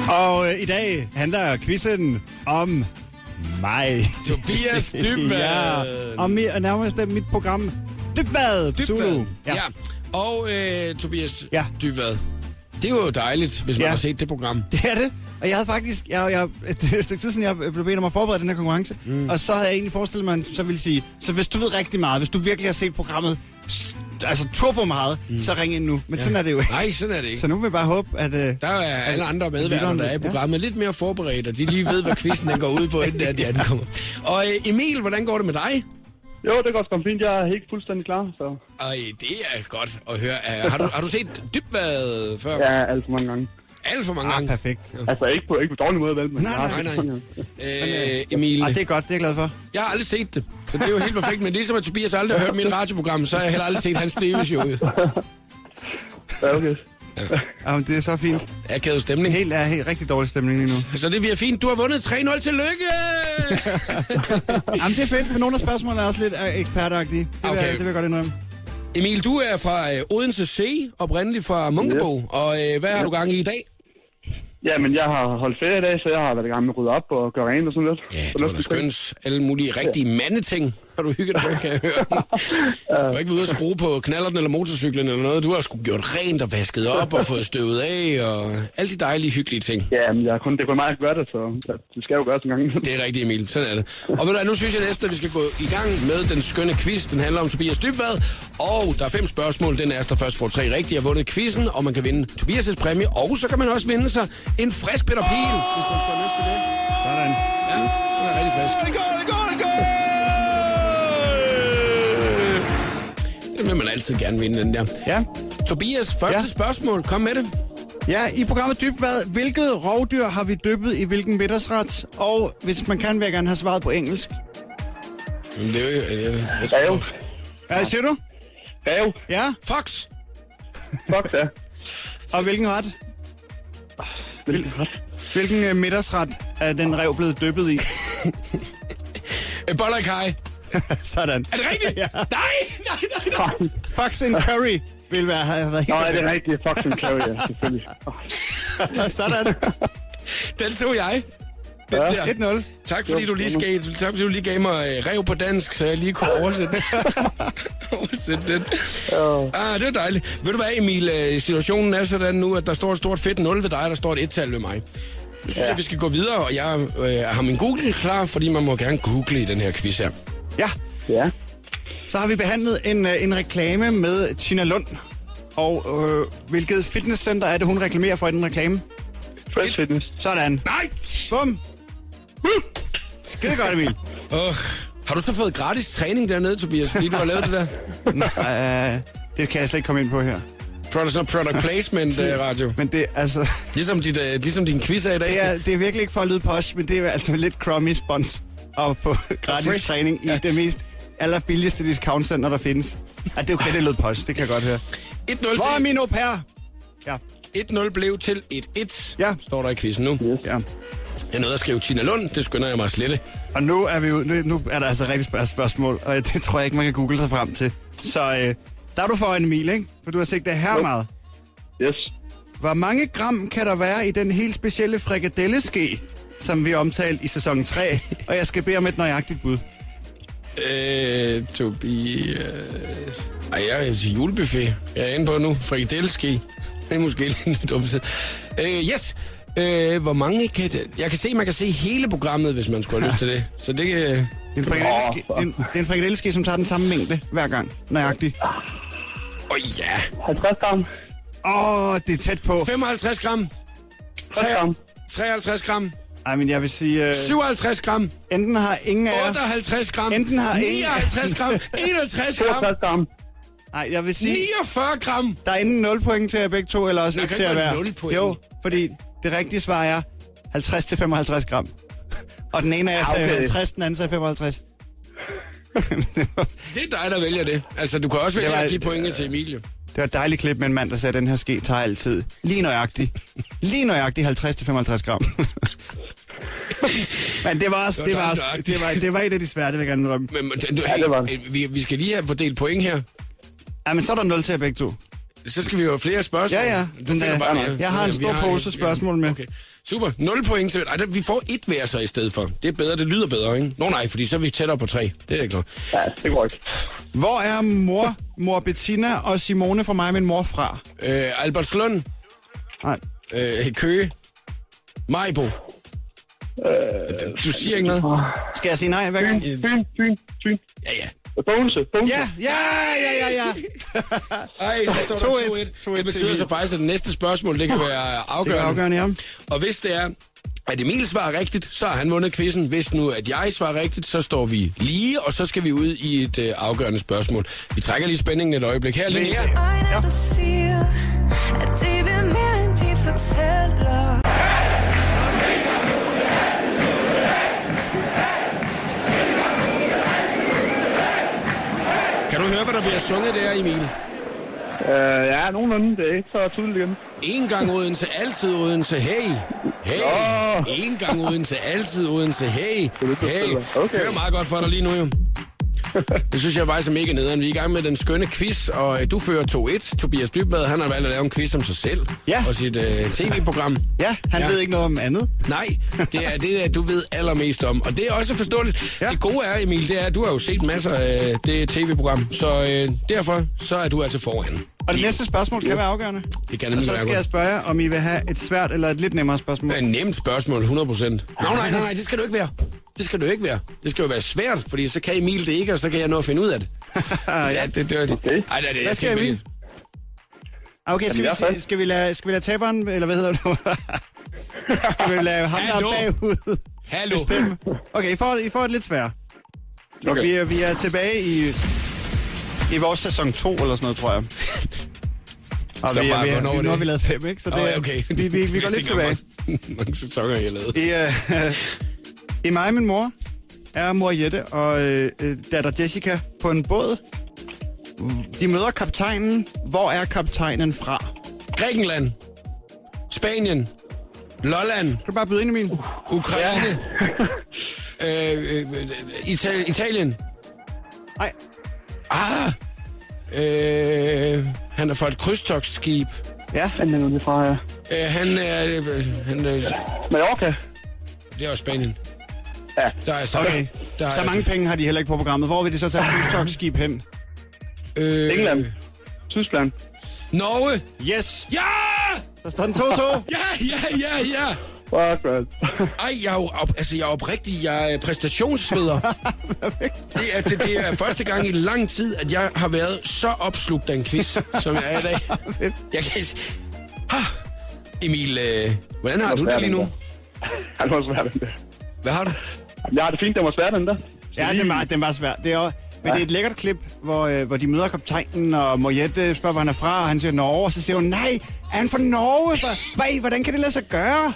Og i dag handler quizzen om mig. Tobias Dybvad. Ja, og nærmest mit program Dybvad. Zulu. Ja. Og Tobias Dybvad. Det er jo dejligt, hvis man har set det program. Det er det. Og jeg havde faktisk... det er et stykke tid siden, jeg blev bedt om at forberede den her konkurrence. Og så havde jeg egentlig forestillet mig, så ville sige... Så hvis du ved rigtig meget, hvis du virkelig har set programmet... Altså turbo meget, så ring ind nu. Men sådan er det jo ikke. Nej, sådan er det ikke. Så nu vil jeg bare håbe, at... Der er alle andre medværter, der er i programmet lidt mere forberedt, og de lige ved, hvad quizzen den går ud på, inden de ankommer. Og Emil, hvordan går det med dig? Jo, det går sgu fint. Jeg er helt fuldstændig klar, så... Ej, det er godt at høre. Har du set Dybvad før? Ja, alt for mange gange. Alt for mange gange? Perfekt. Altså, ikke på dårlig måde, vel? Men nej. Emil... det er godt, det er jeg glad for. Jeg har aldrig set det, så det er jo helt perfekt. Men ligesom at Tobias aldrig har hørt mit radioprogram, så har jeg heller aldrig set hans tv-show. Ja, okay. Jamen, det er så fint. Akavet stemning. Helt rigtig dårlig stemning lige nu. Så det bliver fint. Du har vundet 3-0. Tillykke! Jamen, det er fedt, for nogle af spørgsmålene er også lidt ekspertagtige. Det vil jeg godt indrømme. Emil, du er fra Odense C, oprindeligt fra Munkebo. Yep. Og hvad har du gang i dag? Ja, men jeg har holdt ferie i dag, så jeg har været i gang med at rydde op og gøre rent og sådan lidt. Ja, det var da skønt. Alle mulige rigtige mandeting har du hygget dig med, kan jeg høre. Du har ikke været ude at skrue på knallerten eller motorcyklen eller noget. Du har sgu gjort rent og vasket op og fået støvet af og alle de dejlige, hyggelige ting. Ja, men det er kun mig, der gør det, så det skal jo gøres en gang. Det er rigtigt, Emil. Sådan er det. Og ved du, nu synes jeg næsten, at vi skal gå i gang med den skønne quiz. Den handler om Tobias Dybvad. Og der er 5 spørgsmål. Den er der først får 3 rigtige. Jeg har vundet quizzen, og man kan vinde Tobias' præmie. Og så kan man også vinde sig en frisk Peter Pil, hvis man skal have lyst til det. Sådan. Ja, den er rigtig frisk. Det går! Det vil man altid gerne vinde, den der. Ja. Tobias, første spørgsmål. Kom med det. Ja, i programmet Dybvad, hvilket rovdyr har vi dyppet i hvilken middagsret? Og hvis man kan, vil jeg gerne have svaret på engelsk. Det er jo... Ræv. Hvad siger du? Ræv. Ja. Fox. Fox, ja. Og hvilken ret? Hvilken middagsret er den ræv blevet dyppet i? Boller i kaj. Sådan. Er det rigtigt? Ja. Nej. Fox and curry vil have været helt... Nej, det er rigtigt. Fox and curry, ja, selvfølgelig. Sådan. Den tog jeg. Ja. 1-0. Tak fordi du lige gav mig rev på dansk, så jeg lige kunne oversætte den. Det var dejligt. Ved du hvad, Emil? Situationen er sådan nu, at der står et stort fedt 0 ved dig, og der står et 1-tal ved mig. Nu synes jeg, vi skal gå videre, og jeg har min Google klar, fordi man må gerne google i den her quiz her. Ja. Så har vi behandlet en reklame med Tina Lund. Og hvilket fitnesscenter er det, hun reklamerer for i den reklame? Fresh Fitness. Sådan. Nej! Bum! Skide godt, Emil. Har du så fået gratis træning dernede, Tobias, fordi du har lavet det der? Nej, det kan jeg slet ikke komme ind på her. Product placement radio. Men det altså... Ligesom din quiz er i dag. Det er virkelig ikke for at lyde posh, men det er altså lidt crummy spons at få gratis træning i det mest allerbilligste discountcenter, der findes. Det er jo okay, det lød posh, det kan jeg godt høre. 1-0 Hvor er min au pair? Ja. 1-0 blev til 1-1, står der i quizzen nu. Yes. Ja. Jeg nåede at skrive Tina Lund, det skynder jeg mig at slette. Og nu er der altså rigtig spørgsmål, og det tror jeg ikke, man kan google sig frem til. Så der er du for en Emil, ikke? For du har set det her meget. Yes. Hvor mange gram kan der være i den helt specielle frikadelleske, som vi omtalte i sæson 3? Og jeg skal bede om et nøjagtigt bud. Tobias... jeg er til julebuffet. Jeg er inde på nu. Frikadelleske. Det er måske lidt dumt. Yes. Hvor mange kan det... Jeg kan se, man kan se hele programmet, hvis man skulle have lyst til det. Så det kan... Det er en frikadelleske, som tager den samme mængde hver gang. Nøjagtigt. Ja. 50 gram. Det er tæt på. 55 gram. 60 gram. 53 gram. Ej, men jeg vil sige... 57 gram. Enten har ingen af jer... 58 gram. Enten har 59 gram. 61 gram. 60 gram. Nej, jeg vil sige... 49 gram. Der er enten 0 point til jer begge to, eller også ikke til at være... 0 point. Jo, fordi det rigtige svar er 50-55 gram. Og den ene af jer sagde 50, den anden sagde 55. Det er dig, der vælger det. Altså, du kan også vælge at give pointet til Emilie. Det var et dejligt klip med en mand, der sagde, at den her ske tager altid lige nøjagtigt 50-55 gram. Men det var også, det var et af de svære, det vil jeg gerne indrømme. Men vi skal lige have fordelt point her. Ja, men så er der 0 til jer begge to. Så skal vi jo have flere spørgsmål. Ja. Jeg har en stor pose spørgsmål med. Okay. Super. 0 point til... Ej, vi får 1 hver så i stedet for. Det er bedre, det lyder bedre, ikke? Nå nej, fordi så er vi tættere på 3. Det er ikke noget. Ja, det går ikke. Hvor er mor Bettina og Simone fra mig, min mor fra? Albertslund. Nej. Køge. Majbo. Du siger ikke noget? Skal jeg sige nej hver gang? Fyn. Ja. Bogense. Ja. Ej, så står der 2-1. Det betyder så faktisk, at det næste spørgsmål, det kan være afgørende. Det er afgørende, ja. Og hvis det er, at Emil svarer rigtigt, så har han vundet quizzen. Hvis nu, at jeg svarer rigtigt, så står vi lige, og så skal vi ud i et afgørende spørgsmål. Vi trækker lige spændingen et øjeblik. Her, Linnea. Øjne, der siger, at det vil mere, end de fortæller. Kan du høre, hvad der bliver sunget der, Emil? Ja, nogenlunde. Det er ikke så tydeligt igen. En gang Odense, altid Odense, hey. En gang Odense, altid Odense, hey. Okay. Kører meget godt for dig lige nu, jo. Det synes jeg faktisk er mega nederen. Vi er i gang med den skønne quiz, og du fører 2-1. Tobias Dybvad, han har valgt at lave en quiz om sig selv. Ja. Og sit tv-program. Ja, han ved ikke noget om andet. Nej, det er det, du ved allermest om. Og det er også forståeligt. Ja. Det gode er, Emil, det er, at du har jo set masser af det tv-program. Så derfor, så er du altså foran. Og det næste spørgsmål kan være afgørende. Det kan Og nemlig så være skal jeg spørge jer, om I vil have et svært eller et lidt nemmere spørgsmål. Det er et nemt spørgsmål, 100%. Nej, det skal du ikke være. Det skal du ikke være. Det skal jo være svært, fordi så kan Emil det ikke, og så kan jeg nå at finde ud af det. Ja, det dør det. Okay. Ej, det Hvad skal Emil? Okay, skal vi lade taberen, eller hvad hedder det? Skal vi lade ham der bagud Hallo. bestemme? Okay, I får et lidt svært. Okay. Vi er tilbage i vores sæson 2, eller sådan noget, tror jeg. Og Så bare, nu har vi lavet 5, ikke? Så det, okay. vi går lidt tilbage. Mange sæsoner, jeg lavede. I mig og min mor er mor Jette og datter Jessica på en båd. De møder kaptajnen. Hvor er kaptajnen fra? Grækenland. Spanien. Lolland. Skal du bare byde ind, Emil? Ukraine. Italien. Nej. Han er fra et krydstogtskib. Ja. Hvad er det fra? Han er... Mallorca. Det er også Spanien. Ja. Der er Okay. Så mange penge har de heller ikke på programmet. Hvor vil de så tage krydstogtskib hen? England. Tyskland. Norge. Yes! Ja! Der står den 2-2. Ja. Fuck, man. Ej, jeg er oprigtig. Jeg er præstationsveder. det er første gang i lang tid, at jeg har været så opslugt af en quiz, som jeg er i dag. Jeg kan... Emil, hvordan har du det lige nu? Han var svær, den der. Hvad har du? Jeg har det fint, den var svær, den der. Ja, den var svær. Det er, men det er et lækkert klip, hvor de møder kaptajnen, og Moriette spørger, hvor han er fra, og han siger Norge, og så siger hun, nej, er han fra Norge? Hvordan kan det lade sig gøre?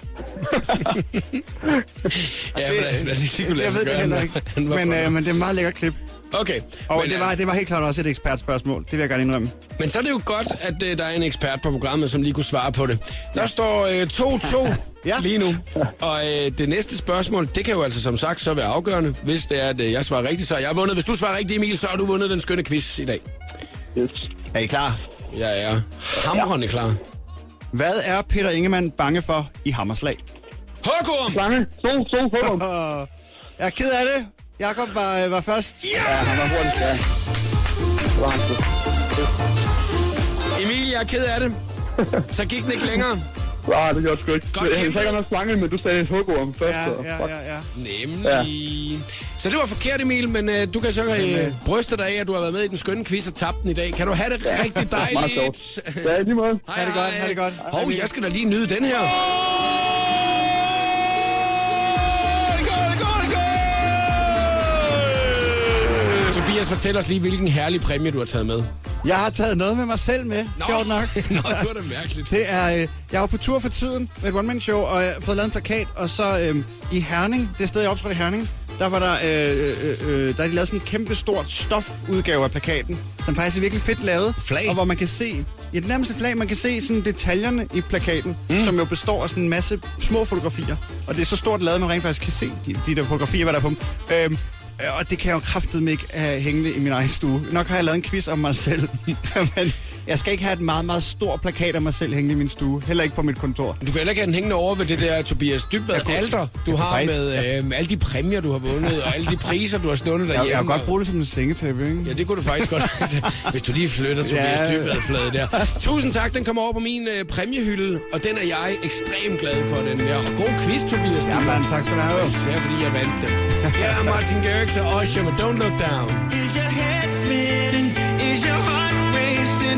Ja, jeg ved det heller ikke, men det er et meget lækkert klip. Okay. Og det var helt klart også et ekspertspørgsmål, det vil jeg gerne indrømme. Men så er det jo godt, at der er en ekspert på programmet, som lige kunne svare på det. Der står 2-2 lige nu, og det næste spørgsmål, det kan jo altså som sagt så være afgørende, hvis det er, at jeg svarer rigtigt. Så jeg har vundet. Hvis du svarer rigtigt, Emil, så har du vundet den skønne quiz i dag. Yes. Er I klar? Jeg er hamrende klar. Hvad er Peter Ingemann bange for i hammerslag? Hågorm! Slange. To Hågorm. Jeg er ked af det. Jakob var først. Ja, han var hurtigt, ja. Det var han sgu. Emil, jeg er ked af det. Så gik den ikke længere. Nej, det gjorde sgu ikke. Godt Jeg kæmpet. sagde noget slange, men du sagde Hågorm først. Ja. Nemlig. Ja. Så det var forkert, Emil, men du kan så bryste dig af, at du har været med i den skønne quiz og tabt den i dag. Kan du have det rigtig dejligt? Ja, lige måde. Ha' det godt. Hov, jeg skal da lige nyde den her. Tobias, fortæl os lige, hvilken herlig præmie du har taget med. Jeg har taget noget med mig selv med, sjovt nok. Nå, det var da mærkeligt. Det er, jeg var på tur for tiden med et one-man-show, og jeg har fået lavet en plakat, og så i Herning, det sted, jeg optrådte i Herning, der var der har de lavet sådan en kæmpe stort stofudgave af plakaten, som faktisk er virkelig fedt lavet. Flag? Og hvor man kan se, i det nærmeste flag, man kan se sådan detaljerne i plakaten, som jo består af sådan en masse små fotografier. Og det er så stort lavet, at man rent faktisk kan se de der fotografier, hvad der er på dem. Og det kan jeg jo kraftedeme ikke have hængende i min egen stue. Nok har jeg lavet en quiz om mig selv. Men jeg skal ikke have et meget, meget stor plakat af mig selv hængende i min stue. Heller ikke på mit kontor. Du kan heller ikke have den hængende over ved det der Tobias Dybvad alter, du har faktisk, med alle de præmier, du har vundet, og alle de priser, du har stående derhjemme. Jeg kan godt bruge det som en sengetæppe, ikke? Ja, det kunne du faktisk godt. Hvis du lige flytter Tobias Dybvad-flade der. Tusind tak, den kommer over på min præmiehylde, og den er jeg ekstremt glad for, den der. Og god quiz, Tobias Dybvad. Jamen, tak skal du have. Især fordi jeg vandt den. Jeg er Martin Garrix og Usher med Don't Look Down. Is your head spinning? Is your heart racing?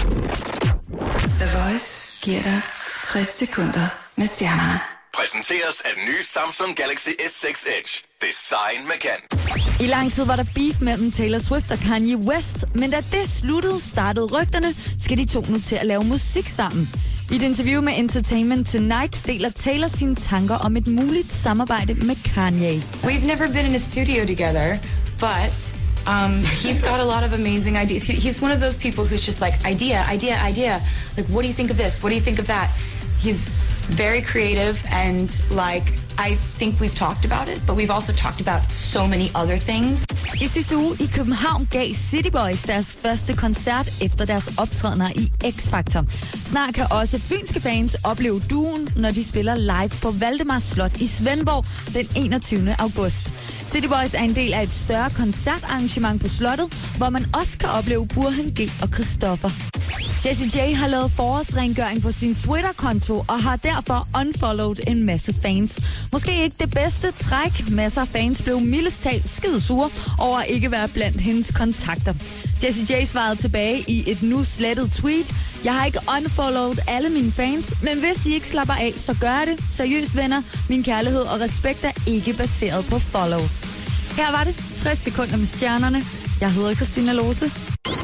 The Voice giver dig 60 sekunder med stjernerne. Præsenteres af den nye Samsung Galaxy S6 Edge. Design med kan. I lang tid var der beef mellem Taylor Swift og Kanye West, men da det sluttede, startede rygterne, skal de to nu til at lave musik sammen. I et interview med Entertainment Tonight deler Taylor sine tanker om et muligt samarbejde med Kanye. We've never been in a studio together, but he's got a lot of amazing ideas. He's one of those people who's just like, idea. Like, what do you think of this? What do you think of that? He's very creative, and like, I think we've talked about it, but we've also talked about so many other things. I sidste uge i København gav City Boys deres første koncert efter deres optrædener i X-Factor. Snart kan også fynske fans opleve duoen, når de spiller live på Valdemars Slot i Svendborg den 21. august. City Boys er en del af et større koncertarrangement på slottet, hvor man også kan opleve Burhan G og Christoffer. Jessie J har lavet forårsrengøring på sin Twitter-konto og har derfor unfollowed en masse fans. Måske ikke det bedste træk. Masser af fans blev mildest talt skidesure over at ikke være blandt hendes kontakter. Jessie J svarede tilbage i et nu slettet tweet: Jeg har ikke unfollowed alle mine fans, men hvis I ikke slapper af, så gør jeg det. Seriøst venner, min kærlighed og respekt er ikke baseret på follows. Her var det 60 sekunder med stjernerne. Jeg hedder Christina Lose.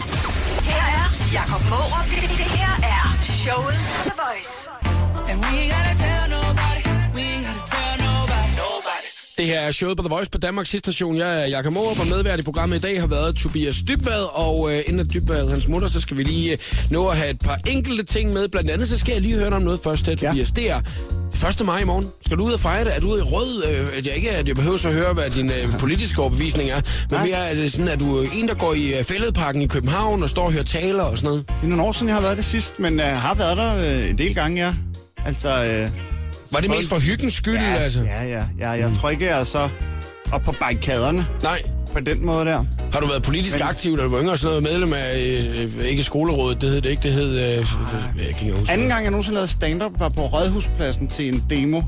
Her er Jakob Mårup. Det her er showet på The Voice. And we ain't gotta tell nobody. We ain't gotta tell nobody. Det her er showet på The Voice på Danmarks station. Jeg er Jakob Mårup, og medvært i programmet i dag har været Tobias Dybvad. Og inden Dybvad hans mutter, så skal vi lige nå at have et par enkelte ting med. Blandt andet så skal jeg lige høre om noget først til Tobias. Det er 1. maj i morgen. Skal du ud og fejre det? Er du ude i rød? Jeg behøver så at høre, hvad din politiske overbevisning er. Men mere er det sådan, at du er en, der går i Fælledparken i København og står og hører taler og sådan noget. Det er nogle år siden, jeg har været det sidst, men har været der en del gange, ja. Altså... var det mest for hyggens skyld? Ja, altså? Ja. Jeg tror ikke, jeg er så op på barrikaderne. Nej. På den måde der. Har du været politisk aktiv, da du var yngre, sådan noget medlem af, ikke skolerådet, det hed det ikke, det hed... jeg kan ikke huske. Anden gang, jeg nogensinde lavede stand-up, var på Rådhuspladsen til en demo.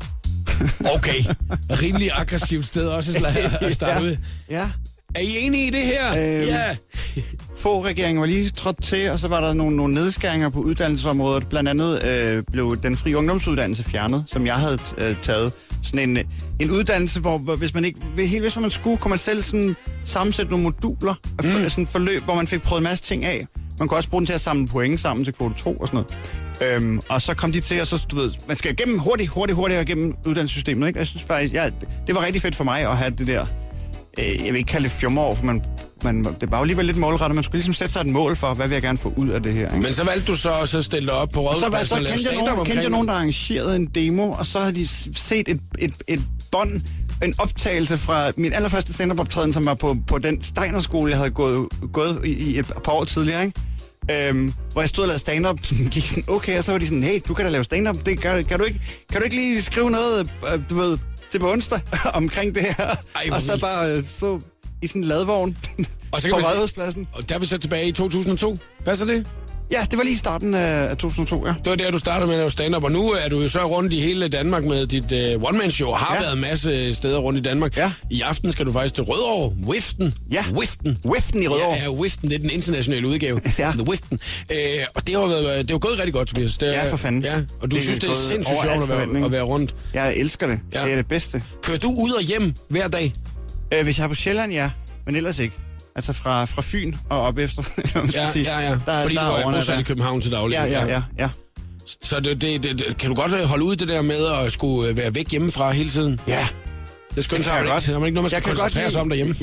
Okay. Rimelig aggressivt sted også at starte ud. Ja. Er I enige i det her? Ja. Få regeringen var lige trådt til, og så var der nogle nedskæringer på uddannelsesområdet. Blandt andet blev den frie ungdomsuddannelse fjernet, som jeg havde taget. Sådan en uddannelse, hvor hvis man ikke... Helt hvis man skulle, kunne man selv sådan sammensætte nogle moduler. Sådan et forløb, hvor man fik prøvet en masse ting af. Man kunne også bruge den til at samle point sammen til kvote 2 og sådan noget. Og så kom de til, og så, du ved, man skal igennem hurtigt igennem uddannelsessystemet, ikke? Jeg synes faktisk, det var rigtig fedt for mig at have det der... jeg vil ikke kalde det fjumår, for det var jo alligevel lidt målrettet. Man skulle ligesom sætte sig et mål for, hvad vil jeg gerne få ud af det her. Ikke? Men så valgte du så at stille dig op på Rådhuspladsen så og lave stand-up omkring. kendte jeg nogen, der arrangerede en demo, og så havde de set et bånd, en optagelse fra min allerførste stand-up-optræden, som var på den Steiner-skole, jeg havde gået i et par år tidligere, ikke? Hvor jeg stod og lavede stand-up, gik sådan, okay, og så var de sådan, hey, du kan da lave stand-up, det kan du ikke lige skrive noget, du ved, til på onsdag omkring det her? Og så bare så i sådan en ladvogn og så på Rådhuspladsen. Og der er vi så tilbage i 2002. Passer det? Ja, det var lige i starten af 2002, ja. Det var der, du startede med at lave stand-up, og nu er du jo så rundt i hele Danmark med dit one-man-show. Har været en masse steder rundt i Danmark. Ja. I aften skal du faktisk til Rødovre. Wiften. Ja. Wiften i Rødovre. Ja, Wiften, det er den internationale udgave. Ja. The Wiften. Og det har gået rigtig godt, Tobias. Ja, for fanden. Ja, og du synes, det er sindssygt sjovt at være rundt. Jeg elsker det. Ja. Det er det bedste. Kører du ud og hjem hver dag? Hvis jeg er på Sjælland, ja. Men ellers ikke. Altså fra Fyn og op efter, man skal sige. Ja. Fordi du er bosat i København til daglig. Ja. Så kan du godt holde ud det der med at skulle være væk hjemmefra hele tiden? Ja. Det skønt sig godt. Der er ikke noget, man skal koncentrere sig om derhjemme.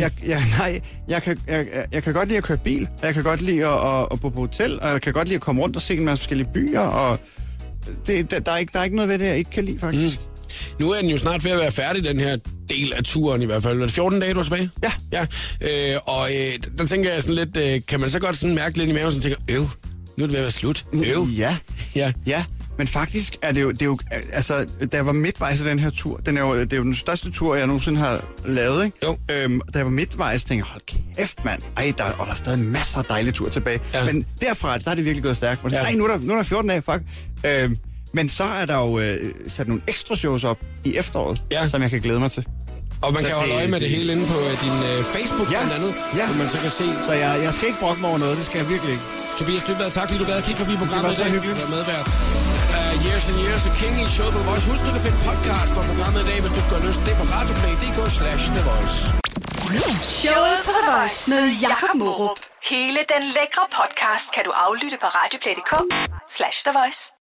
Jeg kan godt lide at køre bil. Jeg kan godt lide at bo på hotel. Og jeg kan godt lide at komme rundt og se en masse forskellige byer. Og der er ikke noget ved det, jeg ikke kan lide, faktisk. Nu er den jo snart ved at være færdig, den her del af turen i hvert fald. Var det 14 dage, du var tilbage? Ja. Der tænker jeg sådan lidt, kan man så godt sådan mærke lidt i maven, sådan tænker, nu er det ved at være slut. Ja. Men faktisk er det er jo altså, da jeg var midtvejs i den her tur, det er jo den største tur, jeg nogensinde har lavet, ikke? Jo. Da jeg var midtvejs, tænkte jeg, hold kæft, mand. Der er stadig masser af dejlige tur tilbage. Ja. Men derfra, der er det virkelig gået stærkt. Nu er der 14 dage, fuck. Men så er der jo sat nogle ekstra shows op i efteråret, som jeg kan glæde mig til. Og man kan holde øje med det hele inde på din Facebook blandt andet, hvor man så kan se. Så jeg skal ikke brokke mig over noget, det skal jeg virkelig ikke. Tobias Dybvad, tak fordi du gad at kigge forbi programmet. Det var så hyggeligt. Du var medvært. Years and Years og King i showet på The Voice. Husk, du kan finde podcast for programmet i dag, hvis du skal have lyst. Det er på radioplay.dk/The Voice. Showet på The Voice med Jakob Morup. Hele den lækre podcast kan du aflytte på radioplay.dk/The Voice.